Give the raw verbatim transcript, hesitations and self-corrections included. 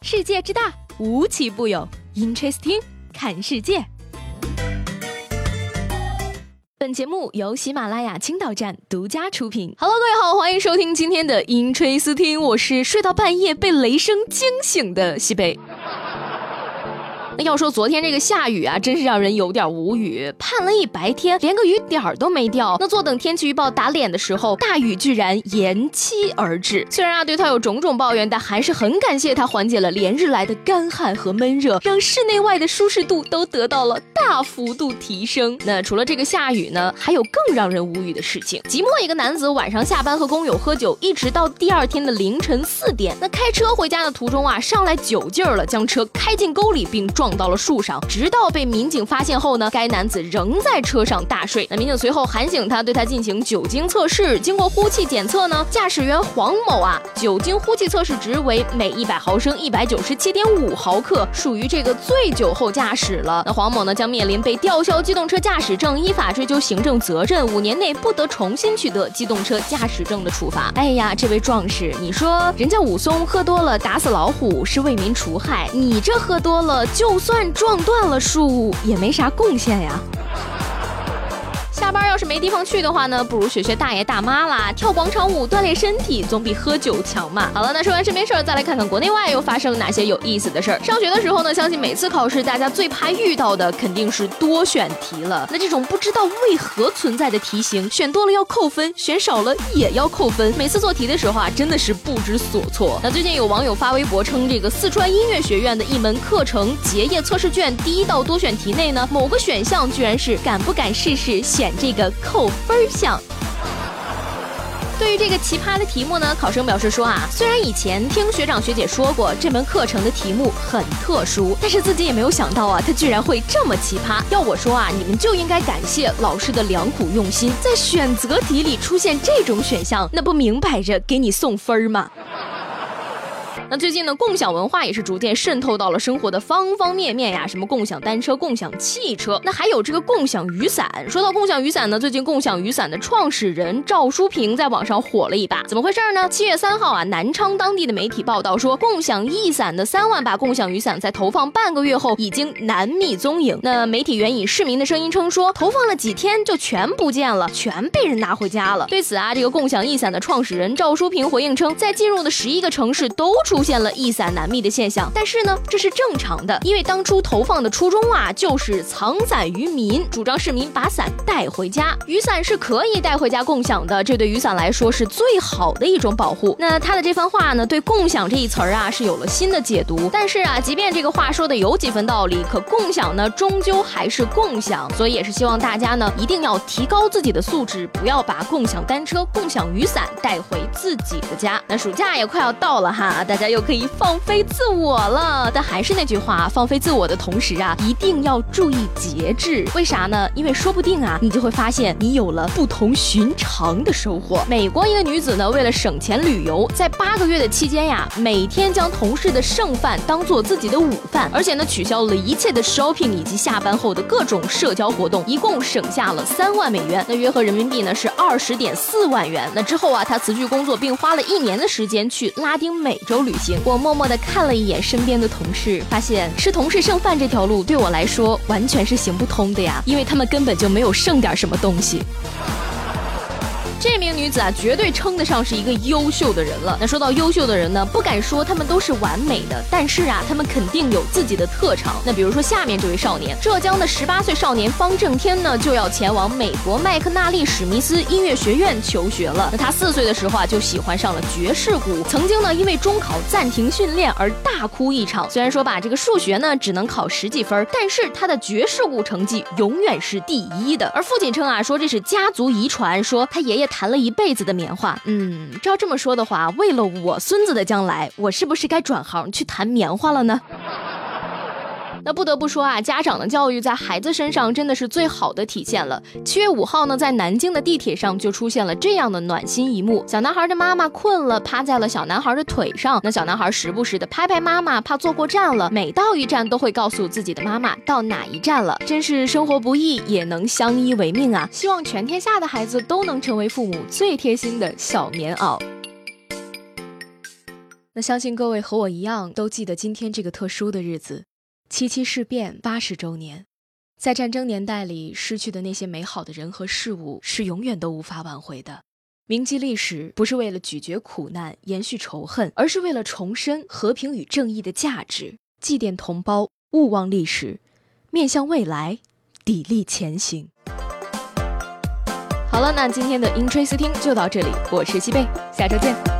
世界之大，无奇不有。Interesting， 看世界。本节目由喜马拉雅青岛站独家出品。Hello， 各位好，欢迎收听今天的音吹思听，我是睡到半夜被雷声惊醒的西北。那要说昨天这个下雨啊，真是让人有点无语，盼了一白天，连个雨点儿都没掉。那坐等天气预报打脸的时候，大雨居然延期而至。虽然啊对他有种种抱怨，但还是很感谢他缓解了连日来的干旱和闷热，让室内外的舒适度都得到了大幅度提升。那除了这个下雨呢，还有更让人无语的事情。即墨一个男子晚上下班和工友喝酒，一直到第二天的凌晨四点。那开车回家的途中啊，上来酒劲儿了，将车开进沟里并撞到了树上，直到被民警发现后呢，该男子仍在车上大睡。那民警随后喊醒他，对他进行酒精测试。经过呼气检测呢，驾驶员黄某啊，酒精呼气测试值为每一百毫升一百九十七点五毫克，属于这个醉酒后驾驶了。那黄某呢，将面临被吊销机动车驾驶证，依法追究行政责任，五年内不得重新取得机动车驾驶证的处罚。哎呀，这位壮士，你说人家武松喝多了打死老虎是为民除害，你这喝多了就算撞断了树也没啥贡献呀。下班要是没地方去的话呢，不如学学大爷大妈啦，跳广场舞锻炼身体总比喝酒强嘛。好了，那说完身边事儿，再来看看国内外又发生了哪些有意思的事儿。上学的时候呢，相信每次考试大家最怕遇到的肯定是多选题了。那这种不知道为何存在的题型，选多了要扣分，选少了也要扣分。每次做题的时候啊，真的是不知所措。那最近有网友发微博称，这个四川音乐学院的一门课程结业测试卷第一道多选题内呢，某个选项居然是敢不敢试试选这个扣分项。对于这个奇葩的题目呢，考生表示说啊，虽然以前听学长学姐说过这门课程的题目很特殊，但是自己也没有想到啊，它居然会这么奇葩。要我说啊，你们就应该感谢老师的良苦用心，在选择题里出现这种选项，那不明摆着给你送分吗？那最近呢，共享文化也是逐渐渗透到了生活的方方面面呀，什么共享单车、共享汽车，那还有这个共享雨伞。说到共享雨伞呢，最近共享雨伞的创始人赵淑萍在网上火了一把。怎么回事呢？七月三号啊，南昌当地的媒体报道说，共享一伞的三万把共享雨伞在投放半个月后已经难觅踪影。那媒体援引市民的声音称说，投放了几天就全不见了，全被人拿回家了。对此啊，这个共享一伞的创始人赵淑萍回应称，在进入的十一个城市都出现了一伞难觅的现象，但是呢，这是正常的，因为当初投放的初衷啊，就是藏伞于民，主张市民把伞带回家。雨伞是可以带回家共享的，这对雨伞来说是最好的一种保护。那他的这番话呢，对共享这一词儿啊是有了新的解读。但是啊，即便这个话说的有几分道理，可共享呢终究还是共享，所以也是希望大家呢一定要提高自己的素质，不要把共享单车、共享雨伞带回自己的家。那暑假也快要到了哈，大家又可以放飞自我了，但还是那句话，放飞自我的同时啊，一定要注意节制。为啥呢？因为说不定啊，你就会发现你有了不同寻常的收获。美国一个女子呢，为了省钱旅游，在八个月的期间呀，每天将同事的剩饭当做自己的午饭，而且呢，取消了一切的 shopping 以及下班后的各种社交活动，一共省下了三万美元，那约合人民币呢是二十点四万元。那之后啊，她辞去工作，并花了一年的时间去拉丁美洲旅行。我默默地看了一眼身边的同事，发现吃同事剩饭这条路对我来说完全是行不通的呀，因为他们根本就没有剩点什么东西。这名女子啊，绝对称得上是一个优秀的人了。那说到优秀的人呢，不敢说他们都是完美的，但是啊，他们肯定有自己的特长。那比如说下面这位少年，浙江的十八岁少年方正天呢，就要前往美国麦克纳利史密斯音乐学院求学了。那他四岁的时候啊，就喜欢上了爵士鼓，曾经呢，因为中考暂停训练而大哭一场。虽然说吧，这个数学呢只能考十几分，但是他的爵士鼓成绩永远是第一的。而父亲称啊，说这是家族遗传，说他爷爷弹了一辈子的棉花。嗯，照这么说的话，为了我孙子的将来，我是不是该转行去弹棉花了呢？那不得不说啊，家长的教育在孩子身上真的是最好的体现了。七月五号呢，在南京的地铁上就出现了这样的暖心一幕：小男孩的妈妈困了，趴在了小男孩的腿上，那小男孩时不时的拍拍妈妈，怕坐过站了，每到一站都会告诉自己的妈妈到哪一站了。真是生活不易，也能相依为命啊！希望全天下的孩子都能成为父母最贴心的小棉袄。 那相信各位和我一样都记得今天这个特殊的日子，七七事变八十周年。在战争年代里失去的那些美好的人和事物是永远都无法挽回的。铭记历史不是为了咀嚼苦难延续仇恨，而是为了重申和平与正义的价值，祭奠同胞，勿忘历史，面向未来，砥砺前行。好了，那今天的音吹思听就到这里，我是西贝，下周见。